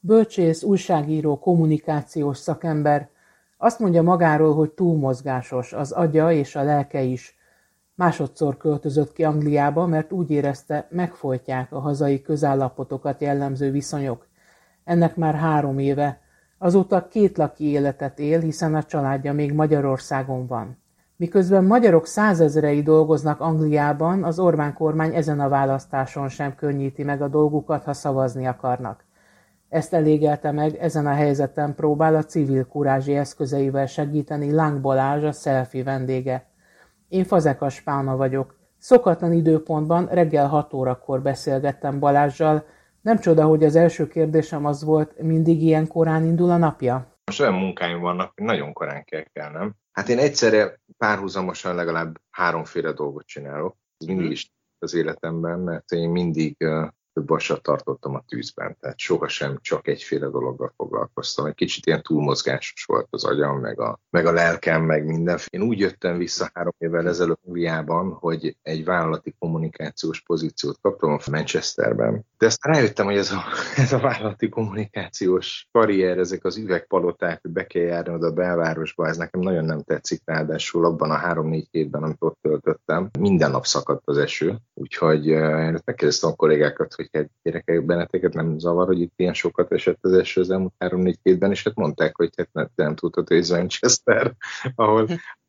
Bölcsész, újságíró, kommunikációs szakember. Azt mondja magáról, hogy túlmozgásos, az agya és a lelke is. Másodszor költözött ki Angliába, mert úgy érezte, megfojtják a hazai közállapotokat jellemző viszonyok. Ennek már 3 éve. Azóta kétlaki életet él, hiszen a családja még Magyarországon van. Miközben magyarok 100 000-ei dolgoznak Angliában, az Orbán kormány ezen a választáson sem könnyíti meg a dolgukat, ha szavazni akarnak. Ezt elégelte meg, ezen a helyzeten próbál a civil kurázsi eszközeivel segíteni Láng Balázs, a Selfie vendége. Én Fazekas Pálma vagyok. Szokatlan időpontban reggel 6 órakor beszélgettem Balázssal. Nem csoda, hogy az első kérdésem az volt, mindig ilyen korán indul a napja? Most olyan munkáim vannak, hogy nagyon korán kell kelnem. Hát én egyszerre párhuzamosan legalább 3 dolgot csinálok. Ez mindig is az életemben, mert én mindig több vasat tartottam a tűzben, tehát sohasem csak egyféle dologgal foglalkoztam. Egy kicsit ilyen túlmozgásos volt az agyam, meg a lelkem, meg minden. Én úgy jöttem vissza 3 évvel ezelőtt Angliában, hogy egy vállalati kommunikációs pozíciót kaptam a Manchesterben. De aztán rájöttem, hogy ez a vállalati kommunikációs karrier, ezek az üvegpaloták, hogy be kell járni oda a belvárosba, ez nekem nagyon nem tetszik, ráadásul abban a 3-4 hétben, amit ott töltöttem, minden nap szakadt az eső, úgyhogy megkérdeztem a kollégákat, hogy gyerekek, benneteket nem zavar, hogy itt ilyen sokat esett az eső az elmúlt 3-4 hétben, és hát mondták, hogy hát nem tudtad, hogy Manchester, ahol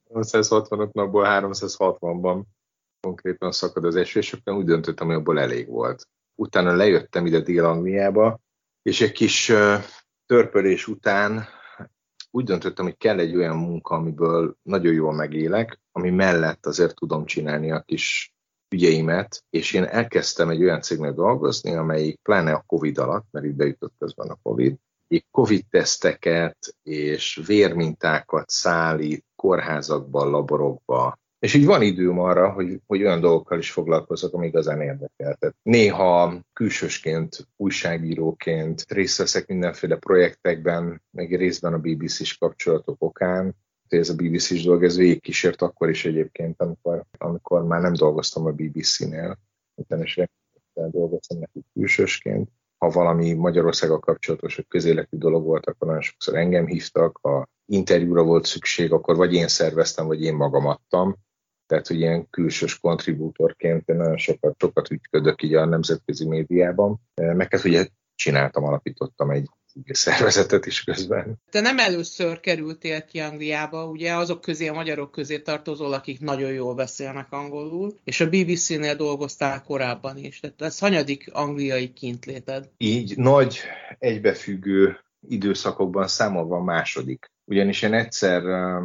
365 napból 360-ban konkrétan szakad az eső, és akkor úgy döntöttem, hogy abból elég volt. Utána lejöttem ide Dél-Angliába, és egy kis törpölés után úgy döntöttem, hogy kell egy olyan munka, amiből nagyon jól megélek, ami mellett azért tudom csinálni a kis ügyeimet, és én elkezdtem egy olyan cégnél dolgozni, amelyik pláne a Covid alatt, mert itt beütött közben a Covid, Covid-teszteket és vérmintákat szállít kórházakban, laborokba. És így van időm arra, hogy olyan dolgokkal is foglalkozok, ami igazán érdekel. Tehát néha külsősként, újságíróként részt veszek mindenféle projektekben, meg részben a BBC-s kapcsolatok okán. Ez a BBC-s dolog, ez végigkísért akkor is egyébként, amikor már nem dolgoztam a BBC-nél, utána is dolgoztam nekik külsősként. Ha valami Magyarországgal kapcsolatos, vagy közéletű dolog volt, akkor nagyon sokszor engem hívtak, ha interjúra volt szükség, akkor vagy én szerveztem, vagy én magam adtam. Tehát, hogy ilyen külsős kontribútorként én nagyon sokat ügyködök így a nemzetközi médiában. Meg hát ugye alapítottam egy szervezetet is közben. Te nem először kerültél ki Angliába, ugye azok közé, a magyarok közé tartozol, akik nagyon jól beszélnek angolul, és a BBC-nél dolgoztál korábban is. Tehát ez hanyadik angliai kintléted? Így nagy, egybefüggő időszakokban számolva második. Ugyanis én egyszer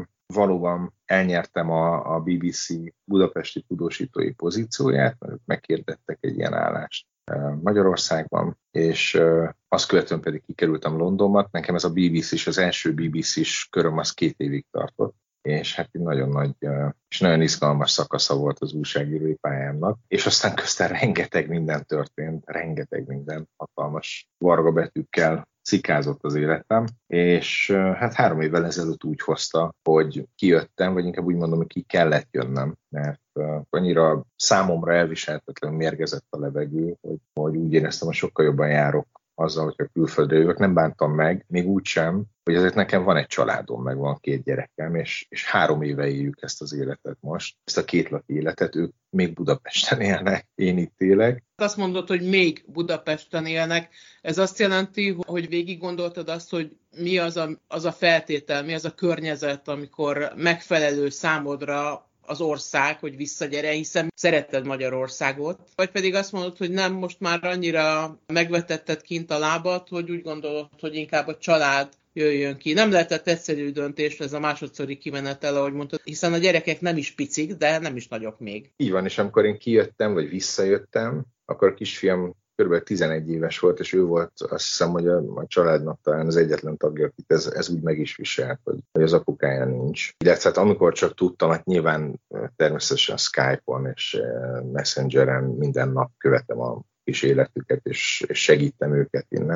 valóban elnyertem a BBC budapesti tudósítói pozícióját, mert megkérdettek egy ilyen állást Magyarországban, és azt követően pedig kikerültem Londonba. Nekem ez a BBC-s, az első BBC-s köröm az 2 évig tartott, és hát egy nagyon nagy és nagyon izgalmas szakasza volt az újságírói pályámnak, és aztán közten rengeteg minden történt, rengeteg minden hatalmas varga betűkkel cikázott az életem, és hát 3 évvel ezelőtt úgy hozta, hogy kijöttem, vagy inkább úgy mondom, hogy ki kellett jönnöm, mert annyira számomra elviselhetetlenül mérgezett a levegő, hogy úgy éreztem, hogy sokkal jobban járok azzal, hogyha külföldre jövök, nem bántam meg, még úgy sem, hogy azért nekem van egy családom, meg van 2 gyerekem, és 3 éve éljük ezt az életet most, ezt a kétlaki életet, ők még Budapesten élnek, én itt élek. Azt mondod, hogy még Budapesten élnek, ez azt jelenti, hogy végig gondoltad azt, hogy mi az a feltétel, mi az a környezet, amikor megfelelő számodra az ország, hogy visszagyere, hiszen szereted Magyarországot, vagy pedig azt mondod, hogy nem, most már annyira megvetetted kint a lábad, hogy úgy gondolod, hogy inkább a család jöjjön ki. Nem lehetett egyszerű döntés ez a másodszori kimenetel, ahogy mondtad, hiszen a gyerekek nem is picik, de nem is nagyok még. Így van, és amikor én kijöttem, vagy visszajöttem, akkor a kisfiam kb. 11 éves volt, és ő volt, azt hiszem, hogy a családnak talán az egyetlen tagja, akit ez úgy meg is viselt, hogy az apukája nincs. Illetve hát amikor csak tudtam, hát nyilván természetesen Skype-on és Messengeren minden nap követem a kis életüket, és segítem őket innen.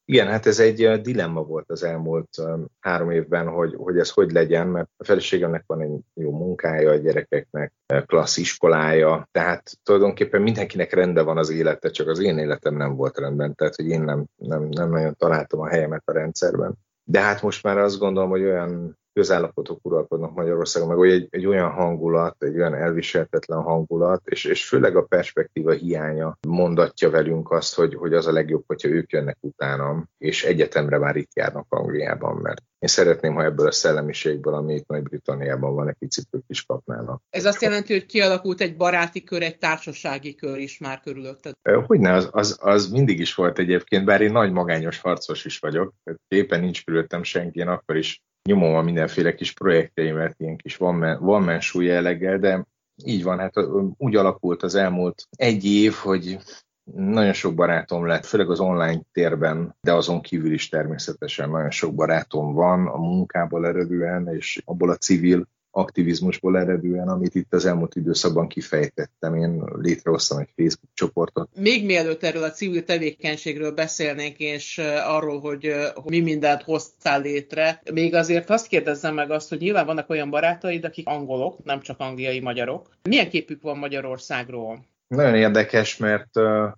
Igen, hát ez egy dilemma volt az elmúlt 3 évben, hogy ez hogy legyen, mert a feleségemnek van egy jó munkája, a gyerekeknek klassz iskolája, tehát tulajdonképpen mindenkinek rendben van az élete, csak az én életem nem volt rendben, tehát hogy én nem nagyon találtam a helyemet a rendszerben. De hát most már azt gondolom, hogy olyan közállapotok uralkodnak Magyarországon, meg egy olyan hangulat, egy olyan elviselhetetlen hangulat, és főleg a perspektíva hiánya mondatja velünk azt, hogy az a legjobb, hogyha ők jönnek utánam, és egyetemre már itt járnak Angliában, mert én szeretném, ha ebből a szellemiségből, ami itt Nagy-Britanniában van, egy picit ők is kapnának. Ez azt jelenti, hogy kialakult egy baráti kör, egy társasági kör is már körülötted? Hogyne, az mindig is volt egyébként, bár én nagy magányos harcos is vagyok, éppen nincs körülöttem senki, én akkor is nyomom a mindenféle kis projektjeimet, ilyen kis one-man show jelleggel, de így van, hát úgy alakult az elmúlt 1 év, hogy nagyon sok barátom lett, főleg az online térben, de azon kívül is természetesen nagyon sok barátom van a munkából eredően, és abból a civil aktivizmusból eredően, amit itt az elmúlt időszakban kifejtettem. Én létrehoztam egy Facebook csoportot. Még mielőtt erről a civil tevékenységről beszélnénk, és arról, hogy mi mindent hoztál létre, még azért azt kérdezzem meg azt, hogy nyilván vannak olyan barátaid, akik angolok, nem csak angliai magyarok. Milyen képük van Magyarországról? Nagyon érdekes, mert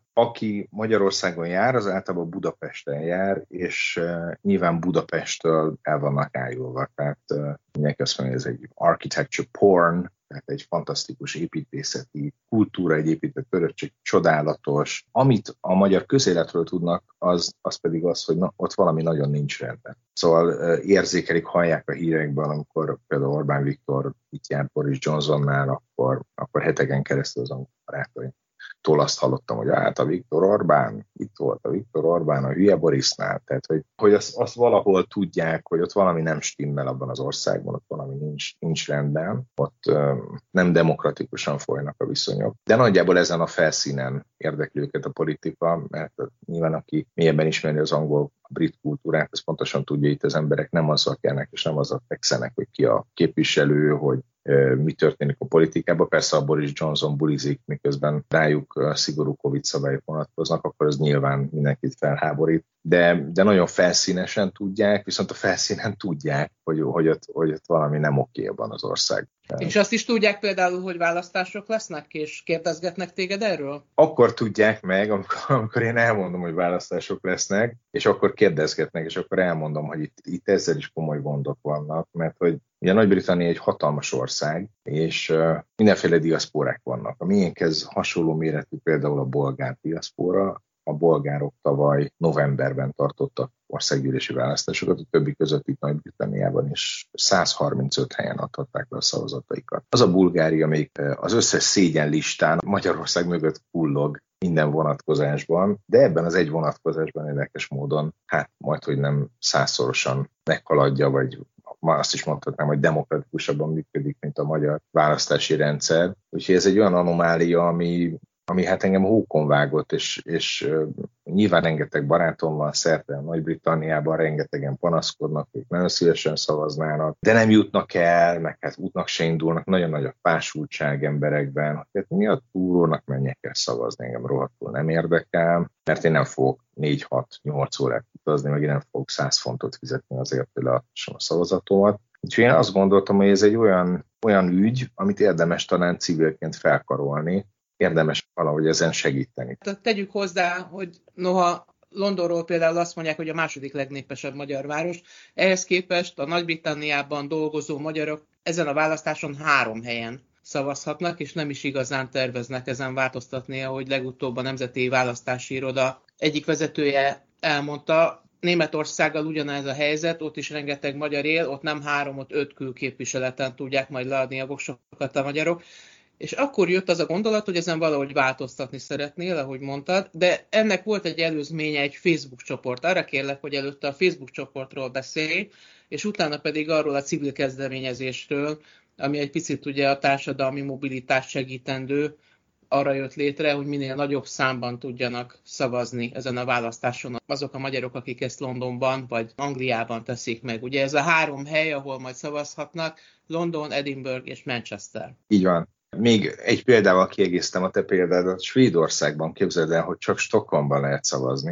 aki Magyarországon jár, az általában Budapesten jár, és nyilván Budapesttől el vannak ájulva. Tehát mindenki azt mondja, hogy ez egy architecture porn, tehát egy fantasztikus építészeti kultúra, egy épített örökség, csodálatos. Amit a magyar közéletről tudnak, az pedig az, hogy ott valami nagyon nincs rendben. Szóval érzékelik, hallják a hírekben, amikor például Orbán Viktor itt járt Boris Johnsonnál, akkor heteken keresztül az angol barátaim. Azt hallottam, hogy hát a Viktor Orbán, itt volt a Viktor Orbán a hülye Borisnál, tehát hogy azt valahol tudják, hogy ott valami nem stimmel abban az országban, ott valami nincs rendben, ott nem demokratikusan folynak a viszonyok. De nagyjából ezen a felszínen érdekli őket a politika, mert nyilván aki mélyebben ismeri az angol brit kultúrát, ez pontosan tudja, itt az emberek nem azzal kelnek, és nem azzal fekszenek, hogy ki a képviselő, hogy mi történik a politikában. Persze a Boris Johnson bulizik, miközben rájuk szigorú Covid szabályok vonatkoznak, akkor az nyilván mindenkit felháborít. De nagyon felszínesen tudják, viszont a felszínen tudják, hogy ott valami nem oké abban az ország. És azt is tudják például, hogy választások lesznek, és kérdezgetnek téged erről? Akkor tudják meg, amikor én elmondom, hogy választások lesznek, és akkor kérdezgetnek, és akkor elmondom, hogy itt ezzel is komoly gondok vannak, mert hogy ugye Nagy-Britannia egy hatalmas ország, és mindenféle diaszpórák vannak. A miénkhez hasonló méretű például a bolgár diaszpóra. A bolgárok tavaly novemberben tartottak országgyűlési választásokat, a többi között itt Nagy-Britanniában is 135 helyen adhatták le a szavazataikat. Az a Bulgária még az összes szégyen listán Magyarország mögött kullog minden vonatkozásban, de ebben az egy vonatkozásban érdekes módon, hát majdhogy nem 100-szorosan meghaladja, vagy már azt is mondhatnám, hogy demokratikusabban működik, mint a magyar választási rendszer. Úgyhogy ez egy olyan anomália, ami hát engem hókon vágott, és nyilván rengeteg barátom van szerte a Nagy-Britanniában, rengetegen panaszkodnak, ők nagyon szívesen szavaznának, de nem jutnak el, meg hát útnak se indulnak, nagyon nagy a fásultság emberekben, hogy hát mi a túrónak menjek el szavazni, engem rohadtul nem érdekel, mert én nem fogok 4-6-8 órát utazni, meg én nem fogok 100 fontot fizetni azért, hogy leadhassam a szavazatomat. Úgyhogy én azt gondoltam, hogy ez egy olyan ügy, amit érdemes talán civilként felkarolni, érdemes valahogy ezen segíteni. Tegyük hozzá, hogy noha Londonról például azt mondják, hogy a második legnépesebb magyar város, ehhez képest a Nagy-Britanniában dolgozó magyarok ezen a választáson 3 helyen szavazhatnak, és nem is igazán terveznek ezen változtatni, ahogy legutóbb a Nemzeti Választási Iroda egyik vezetője elmondta. Németországgal ugyanez a helyzet, ott is rengeteg magyar él, ott nem 3, ott 5 külképviseleten tudják majd leadni a voksokat a magyarok. És akkor jött az a gondolat, hogy ezen valahogy változtatni szeretnél, ahogy mondtad, de ennek volt egy előzménye, egy Facebook csoport. Arra kérlek, hogy előtte a Facebook csoportról beszélj, és utána pedig arról a civil kezdeményezésről, ami egy picit ugye a társadalmi mobilitást segítendő, arra jött létre, hogy minél nagyobb számban tudjanak szavazni ezen a választáson azok a magyarok, akik ezt Londonban vagy Angliában teszik meg. Ugye ez a 3 hely, ahol majd szavazhatnak, London, Edinburgh és Manchester. Így van. Még egy példával kiegészítem a te példádat. Svédországban képzeld el, hogy csak Stockholmban lehet szavazni,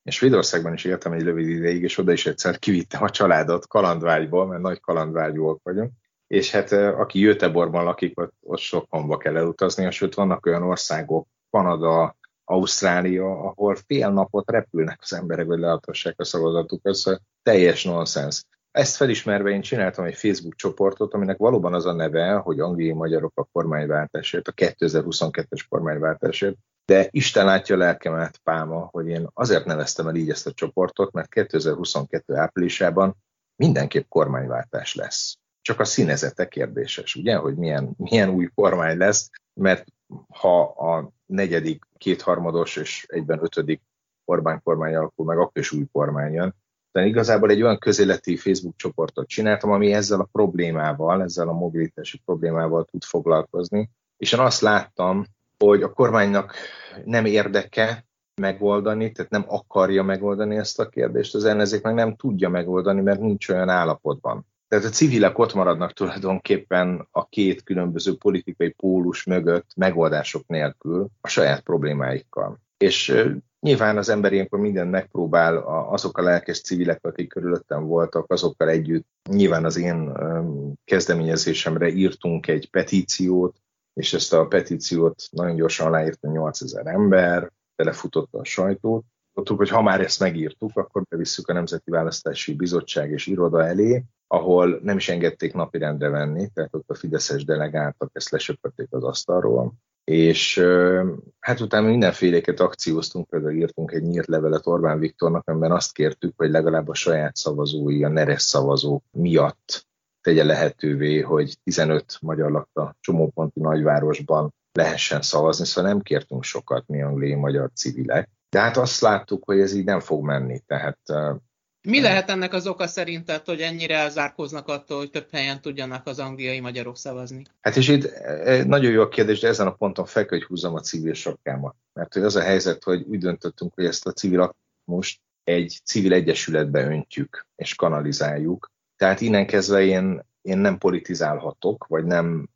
Én Svédországban is éltem egy rövid ideig, és oda is egyszer kivittem a családot kalandvágyból, mert nagy kalandvágyúak vagyunk. És hát aki Göteborgban lakik, ott Stockholmba kell elutazni, sőt vannak olyan országok, Kanada, Ausztrália, ahol fél napot repülnek az emberek, hogy leadhassák a szavazatukat, szóval teljes nonsens. Ezt felismerve én csináltam egy Facebook csoportot, aminek valóban az a neve, hogy angliai magyarok a kormányváltásért, a 2022-es kormányváltásért, de Isten látja lelkemet, Pálma, hogy én azért neveztem el így ezt a csoportot, mert 2022 áprilisában mindenképp kormányváltás lesz. Csak a színezete kérdéses, ugye, hogy milyen új kormány lesz, mert ha a negyedik, kétharmados és egyben ötödik Orbán kormány alakul meg, akkor is új kormány jön. De igazából egy olyan közéleti Facebook csoportot csináltam, ami ezzel a problémával, ezzel a mobilitási problémával tud foglalkozni. És én azt láttam, hogy a kormánynak nem érdeke megoldani, tehát nem akarja megoldani ezt a kérdést, az ellenzék meg nem tudja megoldani, mert nincs olyan állapotban. Tehát a civilek ott maradnak tulajdonképpen a két különböző politikai pólus mögött megoldások nélkül a saját problémáikkal. És nyilván az ember ilyenkor mindent megpróbál, azok a lelkes civilek, akik körülöttem voltak, azokkal együtt. Nyilván az én kezdeményezésemre írtunk egy petíciót, és ezt a petíciót nagyon gyorsan aláírta 8000 ember, telefutotta a sajtót. Tudtuk, hogy ha már ezt megírtuk, akkor bevisszük a Nemzeti Választási Bizottság és Iroda elé, ahol nem is engedték napirendre venni, tehát ott a fideszes delegáltak, ezt lesöpörték az asztalról. És hát utána mindenféléket akcióztunk, például írtunk egy nyílt levelet Orbán Viktornak, amiben azt kértük, hogy legalább a saját szavazói, a neres szavazók miatt tegye lehetővé, hogy 15 magyar lakta csomóponti nagyvárosban lehessen szavazni, szóval nem kértünk sokat mi angliai magyar civilek. De hát azt láttuk, hogy ez így nem fog menni. Tehát, mi lehet ennek az oka szerinted, hogy ennyire elzárkóznak attól, hogy több helyen tudjanak az angliai magyarok szavazni? Hát és itt nagyon jó a kérdés, de ezen a ponton fel kell, hogy húzzam a civil sapkámat. Mert hogy az a helyzet, hogy úgy döntöttünk, hogy ezt a civil aktivizmust egy civil egyesületbe öntjük és kanalizáljuk. Tehát innen kezdve én nem politizálhatok, vagy nem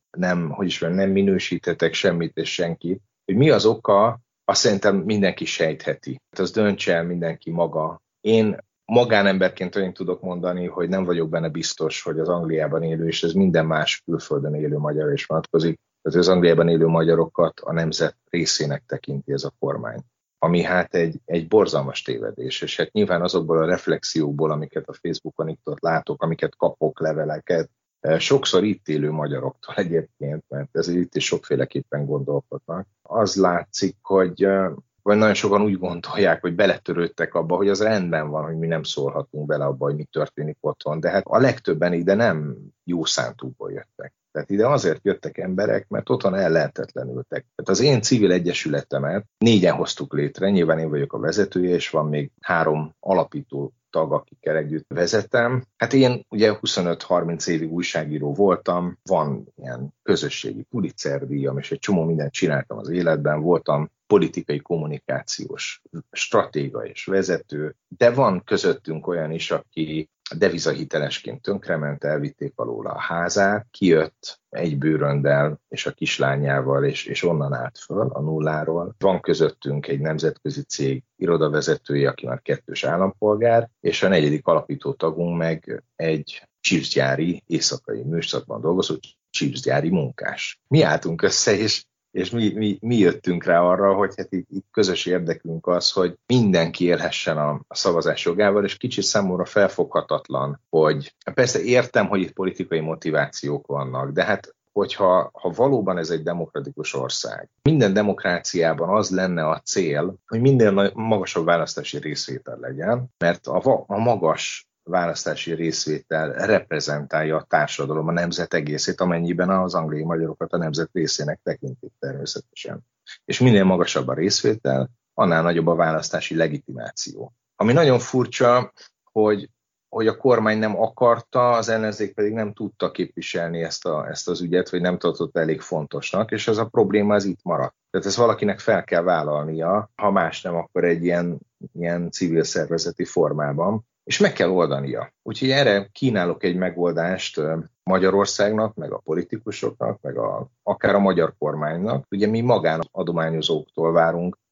minősíthetek semmit és senkit. Hogy mi az oka, azt szerintem mindenki sejtheti. Az döntse el mindenki maga. Én magánemberként olyan tudok mondani, hogy nem vagyok benne biztos, hogy az Angliában élő, és ez minden más külföldön élő magyar is vonatkozik, tehát az Angliában élő magyarokat a nemzet részének tekinti ez a kormány. Ami hát egy borzalmas tévedés, és hát nyilván azokból a reflexiókból, amiket a Facebookon itt ott látok, amiket kapok, leveleket, sokszor itt élő magyaroktól egyébként, mert ezért itt is sokféleképpen gondolkodnak. Az látszik, hogy nagyon sokan úgy gondolják, hogy beletörődtek abba, hogy az rendben van, hogy mi nem szólhatunk bele abba, hogy mi történik otthon. De hát a legtöbben ide nem jó szántúból jöttek. Tehát ide azért jöttek emberek, mert otthon ellehetetlenültek. Tehát az én civil egyesületemet 4-en hoztuk létre, nyilván én vagyok a vezetője, és van még 3 alapító tag, akikkel együtt vezetem. Hát én ugye 25-30 évig újságíró voltam, van ilyen közösségi Pulitzer-díjam, és egy csomó mindent csináltam az életben, voltam politikai kommunikációs stratéga és vezető, de van közöttünk olyan is, aki devizahitelesként tönkrement, elvitték alóla a házát, kijött egy bőröndel és a kislányával, és onnan állt föl a nulláról. Van közöttünk egy nemzetközi cég irodavezetője, aki már 2-s állampolgár, és a 4. alapító tagunk meg egy chipsgyári, éjszakai műszakban dolgozó chipsgyári munkás. Mi álltunk össze, és mi jöttünk rá arra, hogy hát itt közös érdekünk az, hogy mindenki élhessen a szavazás jogával, és kicsit számomra felfoghatatlan, hogy persze értem, hogy itt politikai motivációk vannak, de hát hogyha valóban ez egy demokratikus ország, minden demokráciában az lenne a cél, hogy minden magasabb választási részvétel legyen, mert a magas választási részvétel reprezentálja a társadalom, a nemzet egészét, amennyiben az angliai magyarokat a nemzet részének tekintik természetesen. És minél magasabb a részvétel, annál nagyobb a választási legitimáció. Ami nagyon furcsa, hogy a kormány nem akarta, az ellenzék pedig nem tudta képviselni ezt az ügyet, vagy nem tartott elég fontosnak, és ez a probléma az itt maradt. Tehát ezt valakinek fel kell vállalnia, ha más nem, akkor egy ilyen civil szervezeti formában, és meg kell oldania. Úgyhogy erre kínálok egy megoldást Magyarországnak, meg a politikusoknak, meg akár a magyar kormánynak. Ugye mi magánadományozóktól várunk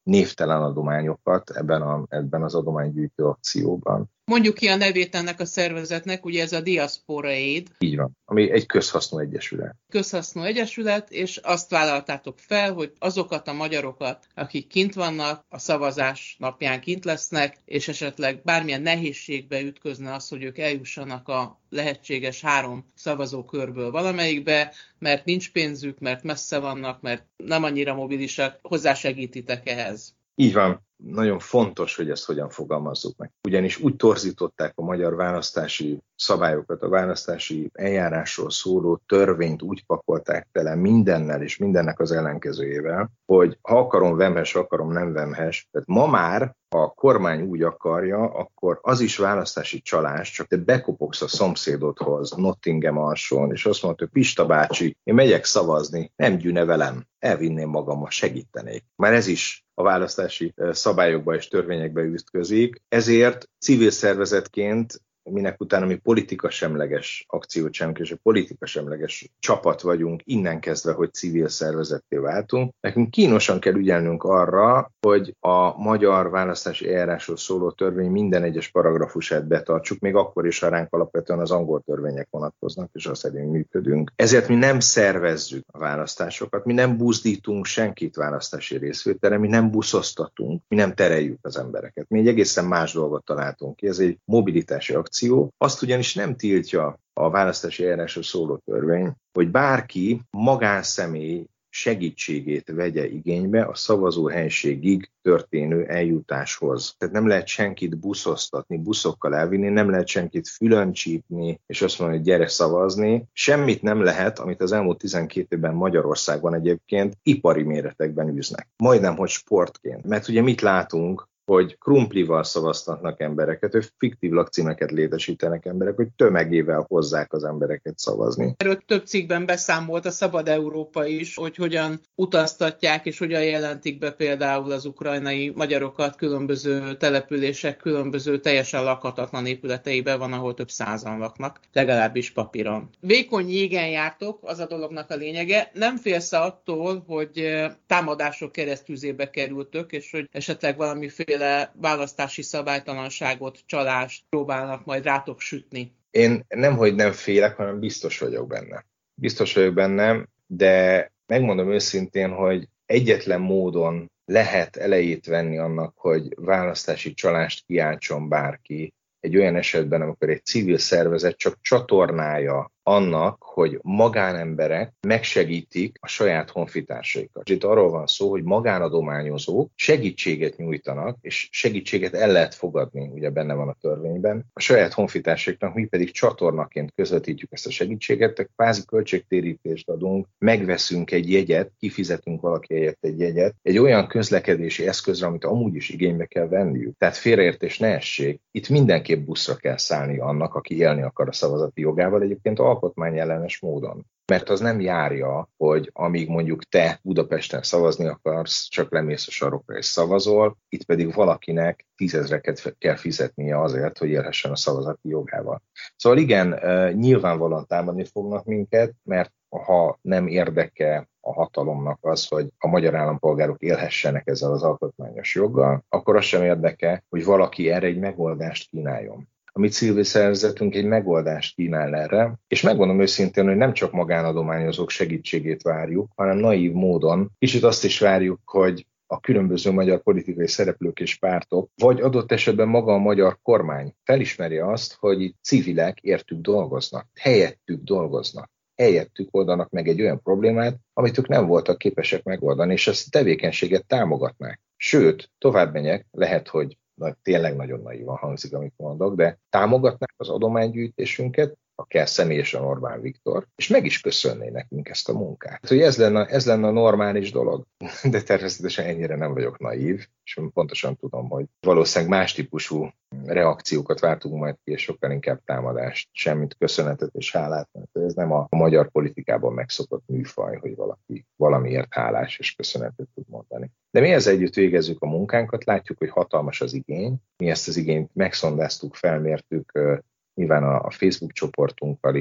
névtelen adományokat ebben az adománygyűjtő akcióban. Mondjuk ki a nevét ennek a szervezetnek, ugye ez a Diaspora Aid. Így van, ami egy közhasznú egyesület. Közhasznú egyesület, és azt vállaltátok fel, hogy azokat a magyarokat, akik kint vannak, a szavazás napján kint lesznek, és esetleg bármilyen nehézségbe ütközne az, hogy ők eljussanak a lehetséges 3 szavazókörből valamelyikbe, mert nincs pénzük, mert messze vannak, mert nem annyira mobilisak, hozzásegítitek ehhez. Így van. Nagyon fontos, hogy ezt hogyan fogalmazzuk meg. Ugyanis úgy torzították a magyar választási szabályokat, a választási eljárásról szóló törvényt úgy pakolták tele mindennel és mindennek az ellenkezőjével, hogy ha akarom vemhes, akarom nem vemhes. Tehát ma már, ha a kormány úgy akarja, akkor az is választási csalás, csak te bekopogsz a szomszédodhoz, Nottingham alsón, és azt mondod, hogy Pista bácsi, én megyek szavazni, nem gyűne velem, elvinném magammal, segítenék. Már ez is a választási szabályokba és törvényekbe ütközik, ezért civil szervezetként, minek utána mi politikasemleges akciót csinálunk, és a politikasemleges csapat vagyunk, innen kezdve, hogy civil szervezetté váltunk. Nekünk kínosan kell ügyelnünk arra, hogy a magyar választási eljárásról szóló törvény minden egyes paragrafusát betartsuk, még akkor is, ha ránk alapvetően az angol törvények vonatkoznak, és azt szerint működünk. Ezért mi nem szervezzük a választásokat, mi nem buzdítunk senkit választási részvételre, mi nem buszoztatunk, mi nem tereljük az embereket. Mi egy egészen más dolgot találtunk ki, ez egy mobilitási akció. Azt ugyanis nem tiltja a választási eljárásról szóló törvény, hogy bárki magánszemély segítségét vegye igénybe a szavazóhelységig történő eljutáshoz. Tehát nem lehet senkit buszoztatni, buszokkal elvinni, nem lehet senkit fülön csípni, és azt mondani, hogy gyere szavazni. Semmit nem lehet, amit az elmúlt 12 évben Magyarországon egyébként ipari méretekben űznek. Majdnem, hogy sportként. Mert ugye mit látunk, hogy krumplival szavaztatnak embereket, hogy fiktív lakcímeket létesítenek emberek, hogy tömegével hozzák az embereket szavazni. Erről több cikkben beszámolt a Szabad Európa is, hogy hogyan utaztatják és hogyan jelentik be például az ukrajnai magyarokat különböző települések, különböző teljesen lakhatatlan épületeiben van, ahol több százan laknak, legalábbis papíron. Vékony jégen jártok, az a dolognak a lényege. Nem félsz attól, hogy támadások keresztüzébe kerültök, és hogy esetleg valamiféle választási szabálytalanságot, csalást próbálnak majd rátok sütni? Én nemhogy nem félek, hanem biztos vagyok benne. Biztos vagyok benne, de megmondom őszintén, hogy egyetlen módon lehet elejét venni annak, hogy választási csalást kiáltson bárki, egy olyan esetben, amikor egy civil szervezet csak csatornája annak, hogy magánemberek megsegítik a saját honfitársaikat. Itt arról van szó, hogy magánadományozók segítséget nyújtanak, és segítséget el lehet fogadni, ugye benne van a törvényben. A saját honfitársaiknak mi pedig csatornaként közvetítjük ezt a segítséget, tehát kvázi költségtérítést adunk, megveszünk egy jegyet, kifizetünk valaki helyett egy jegyet, egy olyan közlekedési eszközre, amit amúgy is igénybe kell venniük. Tehát félreértés ne essék. Itt mindenképp buszra kell szállni annak, aki élni akar a szavazati jogával, egyébként alkotmányellenes módon. Mert az nem járja, hogy amíg mondjuk te Budapesten szavazni akarsz, csak lemész a sarokra és szavazol, itt pedig valakinek 10 000-eket kell fizetnie azért, hogy élhessen a szavazati jogával. Szóval igen, nyilvánvalóan támadni fognak minket, mert ha nem érdeke a hatalomnak az, hogy a magyar állampolgárok élhessenek ezzel az alkotmányos joggal, akkor az sem érdeke, hogy valaki erre egy megoldást kínáljon. A mi civil szervezetünk egy megoldást kínál erre, és megmondom őszintén, hogy nem csak magánadományozók segítségét várjuk, hanem naív módon kicsit azt is várjuk, hogy a különböző magyar politikai szereplők és pártok, vagy adott esetben maga a magyar kormány felismerje azt, hogy itt civilek értük dolgoznak, helyettük dolgoznak. Helyettük oldanak meg egy olyan problémát, amit ők nem voltak képesek megoldani, és ezt a tevékenységet támogatnák. Sőt, tovább megyek, lehet, hogy tényleg nagyon naívan hangzik, amit mondok, de támogatnák az adománygyűjtésünket, ha kell személyesen Orbán Viktor, és meg is köszönné nekünk ezt a munkát. Hogy ez lenne a normális dolog. De természetesen ennyire nem vagyok naív, és pontosan tudom, hogy valószínűleg más típusú reakciókat vártunk majd ki, és sokkal inkább támadást, semmit köszönetet és hálát, mert ez nem a magyar politikában megszokott műfaj, hogy valaki valamiért hálás és köszönetet tud mondani. De mi ezzel együtt végezzük a munkánkat, látjuk, hogy hatalmas az igény. Mi ezt az igényt megszondáztuk, felmértük, nyilván a Facebook csoportunkkal is,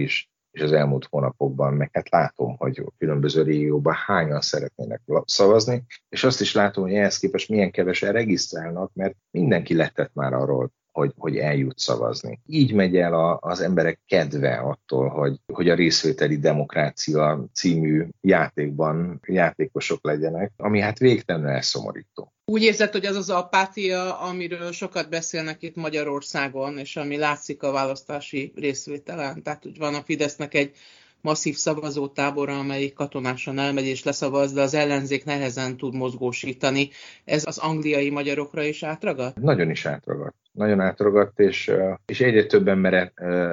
és az elmúlt hónapokban meg hát látom, hogy a különböző régióban hányan szeretnének szavazni, és azt is látom, hogy ehhez képest milyen kevesen regisztrálnak, mert mindenki letett már arról, hogy eljut szavazni. Így megy el az emberek kedve attól, hogy a részvételi demokrácia című játékban játékosok legyenek, ami hát végtelenül elszomorító. Úgy érzed, hogy az az apátia, amiről sokat beszélnek itt Magyarországon, és ami látszik a választási részvételen? Tehát, hogy van a Fidesznek egy masszív szavazótábora, amelyik katonásan elmegy és leszavaz, de az ellenzék nehezen tud mozgósítani. Ez az angliai magyarokra is átragadt? Nagyon is átragadt. Nagyon átragadt, és egyre több emberek,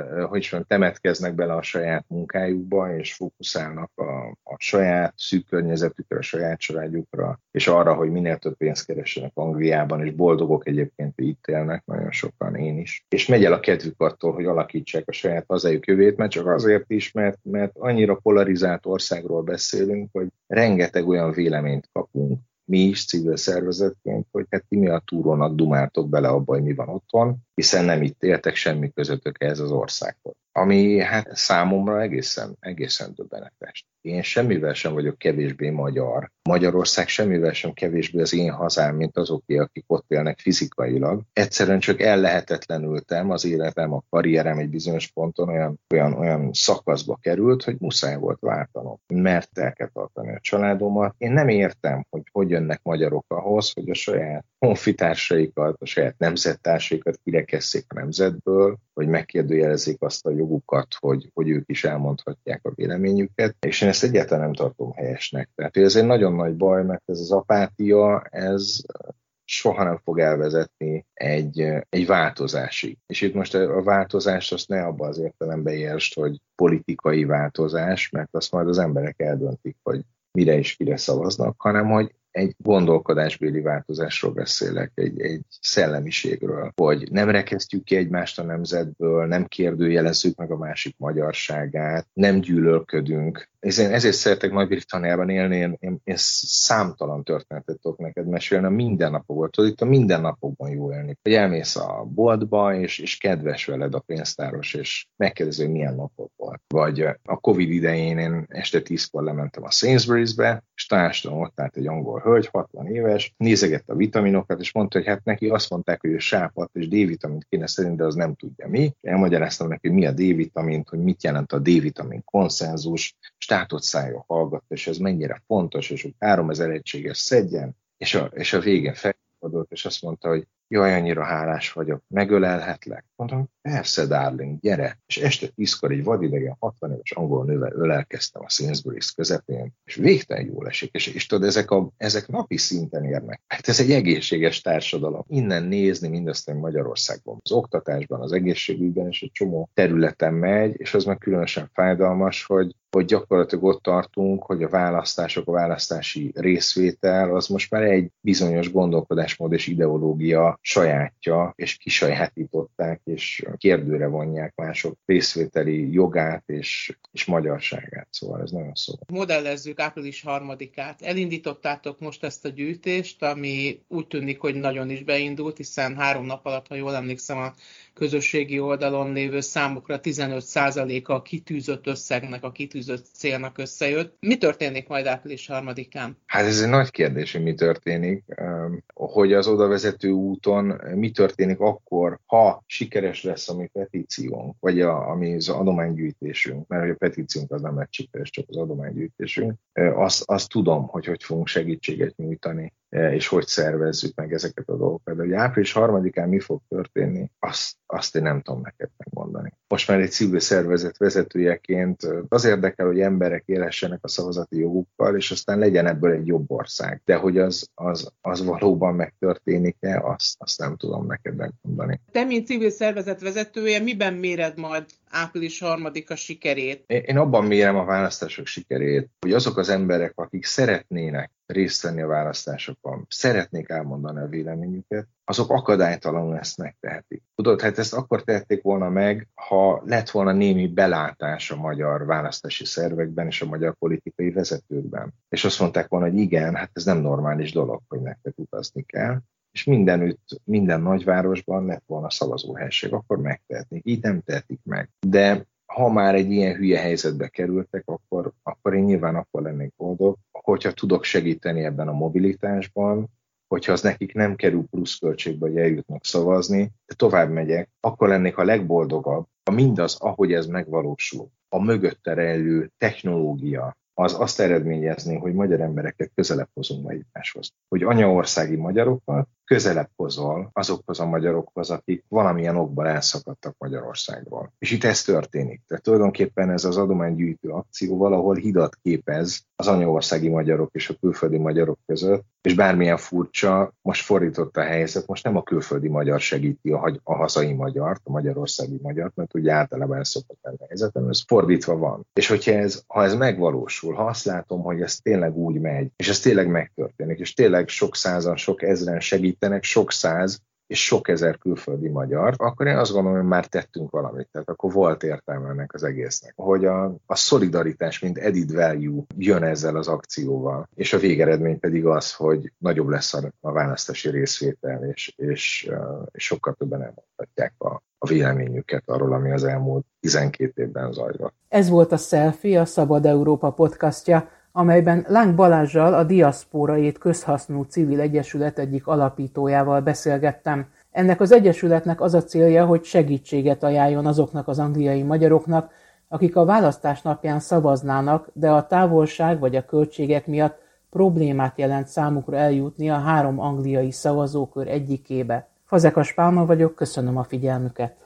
temetkeznek bele a saját munkájukba, és fókuszálnak a saját szűk környezetükre, a saját családjukra, és arra, hogy minél több pénzt keressenek Angliában, és boldogok egyébként, hogy itt élnek, nagyon sokan, én is. És megy el a kedvük attól, hogy alakítsák a saját hazájuk jövőjét, mert csak azért is, mert annyira polarizált országról beszélünk, hogy rengeteg olyan véleményt kapunk, mi is civil szervezetként, hogy hát ti mi a túrónak dumáltok bele abba, hogy mi van otthon, hiszen nem itt éltek, semmi közöttök ehhez az országhoz. Ami hát számomra egészen döbbenetes. Én semmivel sem vagyok kevésbé magyar. Magyarország semmivel sem kevésbé az én hazám, mint azoké, akik ott élnek fizikailag. Egyszerűen csak ellehetetlenültem, az életem, a karrierem egy bizonyos ponton olyan szakaszba került, hogy muszáj volt váltanom. Mert el kell tartani a családomat. Én nem értem, hogy jönnek magyarok ahhoz, hogy a saját honfitársaikat, a saját nemzettársaikat kirekesszék a nemzetből, hogy megkérdőjelezzék azt a jogukat, hogy ők is elmondhatják a véleményüket, és én ezt egyáltalán nem tartom helyesnek. Tehát ez egy nagyon nagy baj, mert ez az apátia, ez soha nem fog elvezetni egy változásig. És itt most a változást azt ne abba az értelembe értsd, hogy politikai változás, mert azt majd az emberek eldöntik, hogy mire és kire szavaznak, hanem hogy egy gondolkodásbéli változásról beszélek, egy szellemiségről, hogy nem rekesztjük ki egymást a nemzetből, nem kérdőjelezzük meg a másik magyarságát, nem gyűlölködünk. Ezért szeretek Nagy-Britanniában élni, én számtalan történetet tudok neked mesélni a mindennapokból. Tudod, itt a mindennapokban jó élni. Hogy elmész a boltba, és kedves veled a pénztáros, és megkérdezi, hogy milyen napod volt. Vagy a Covid idején én este 10-kor lementem a Sainsbury's-be, és társadalom ott állt egy angol hölgy, 60 éves, nézegette a vitaminokat, és mondta, hogy hát neki azt mondták, hogy ő sápat és D-vitamint kéne szedni, de az nem tudja mi. Elmagyaráztam neki, hogy mi a D-vitamint, hogy mit jelent a D-vitamin konszenzus, és tátott szájra hallgatta, és ez mennyire fontos, és hogy 3000 egységes szedjen, és a végén felfordult, és azt mondta, hogy jaj, annyira hálás vagyok, megölelhetlek? Mondom, persze, darling, gyere. És este 10-kor egy vadidegen 60 éves angol nővel ölelkeztem a Sainsbury's közepén, és végtelen jól esik. És tudod, ezek napi szinten érnek. Hát ez egy egészséges társadalom. Innen nézni mindazt, hogy Magyarországban, az oktatásban, az egészségügyben és egy csomó területen megy, és az meg különösen fájdalmas, hogy gyakorlatilag ott tartunk, hogy a választások, a választási részvétel az most már egy bizonyos gondolkodásmód és ideológia sajátja, és kisajátították, és kérdőre vonják mások részvételi jogát és magyarságát. Szóval ez nagyon szó. Modellezzük április 3-át. Elindítottátok most ezt a gyűjtést, ami úgy tűnik, hogy nagyon is beindult, hiszen 3 nap alatt, ha jól emlékszem, a közösségi oldalon lévő számokra 15%-a a kitűzött összegnek, a kitűzött célnak összejött. Mi történik majd április 3-án? Hát ez egy nagy kérdés, hogy mi történik. Hogy az odavezető úton mi történik akkor, ha sikeres lesz a mi petíciónk, vagy ami az adománygyűjtésünk, mert a petíciónk az nem lett sikeres, csak az adománygyűjtésünk. Azt tudom, hogy fogunk segítséget nyújtani, és hogy szervezzük meg ezeket a dolgokat. De hogy április 3-án mi fog történni, azt én nem tudom neked megmondani. Most már egy civil szervezet vezetőjeként az érdekel, hogy emberek élhessenek a szavazati jogukkal, és aztán legyen ebből egy jobb ország. De hogy az valóban megtörténik-e, azt nem tudom neked megmondani. Te, mint civil szervezet vezetője, miben méred majd április 3-a sikerét? Én abban mérem a választások sikerét, hogy azok az emberek, akik szeretnének részt venni a választásokon, szeretnék elmondani a véleményüket, azok akadálytalanul ezt megtehetik. Tudod, hát ezt akkor tehették volna meg, ha lett volna némi belátás a magyar választási szervekben és a magyar politikai vezetőkben. És azt mondták volna, hogy igen, hát ez nem normális dolog, hogy nektek utazni kell, és mindenütt, minden nagyvárosban lett volna szavazóhelység, akkor megtehetnék. Így nem tehetik meg. De ha már egy ilyen hülye helyzetbe kerültek, akkor én nyilván akkor lennék boldog, hogyha tudok segíteni ebben a mobilitásban, hogyha az nekik nem kerül pluszköltségbe, hogy eljutnak szavazni, de tovább megyek, akkor lennék a legboldogabb, ha mindaz, ahogy ez megvalósul, a mögötte rejlő technológia, az azt eredményezné, hogy magyar embereket közelebb hozunk egymáshoz. Hogy anyaországi magyarokat közelebb hozol azokhoz a magyarokhoz, akik valamilyen okból elszakadtak Magyarországról. És itt ez történik. Tehát tulajdonképpen ez az adománygyűjtő akció valahol hidat képez az anyaországi magyarok és a külföldi magyarok között, és bármilyen furcsa, most fordított a helyzet, most nem a külföldi magyar segíti a hazai magyart, a magyarországi magyart, mert ugye általában ez szokott lenni a helyzetem, ez fordítva van. És ha ez megvalósul, ha azt látom, hogy ez tényleg úgy megy, és ez tényleg megtörténik, és tényleg sok százan, sok ezren segítenek, sok száz és sok ezer külföldi magyar, akkor én azt gondolom, hogy már tettünk valamit. Tehát akkor volt értelme ennek az egésznek. Hogy a szolidaritás, mint added value jön ezzel az akcióval, és a végeredmény pedig az, hogy nagyobb lesz a választási részvétel, és sokkal többen elmondhatják a véleményüket arról, ami az elmúlt 12 évben zajlott. Ez volt a Selfie, a Szabad Európa podcastja, amelyben Láng Balázssal, a Diaszpóraét közhasznú civil egyesület egyik alapítójával beszélgettem. Ennek az egyesületnek az a célja, hogy segítséget ajánljon azoknak az angliai magyaroknak, akik a választás napján szavaznának, de a távolság vagy a költségek miatt problémát jelent számukra eljutni a 3 angliai szavazókör egyikébe. Fazekas Pálma vagyok, köszönöm a figyelmüket!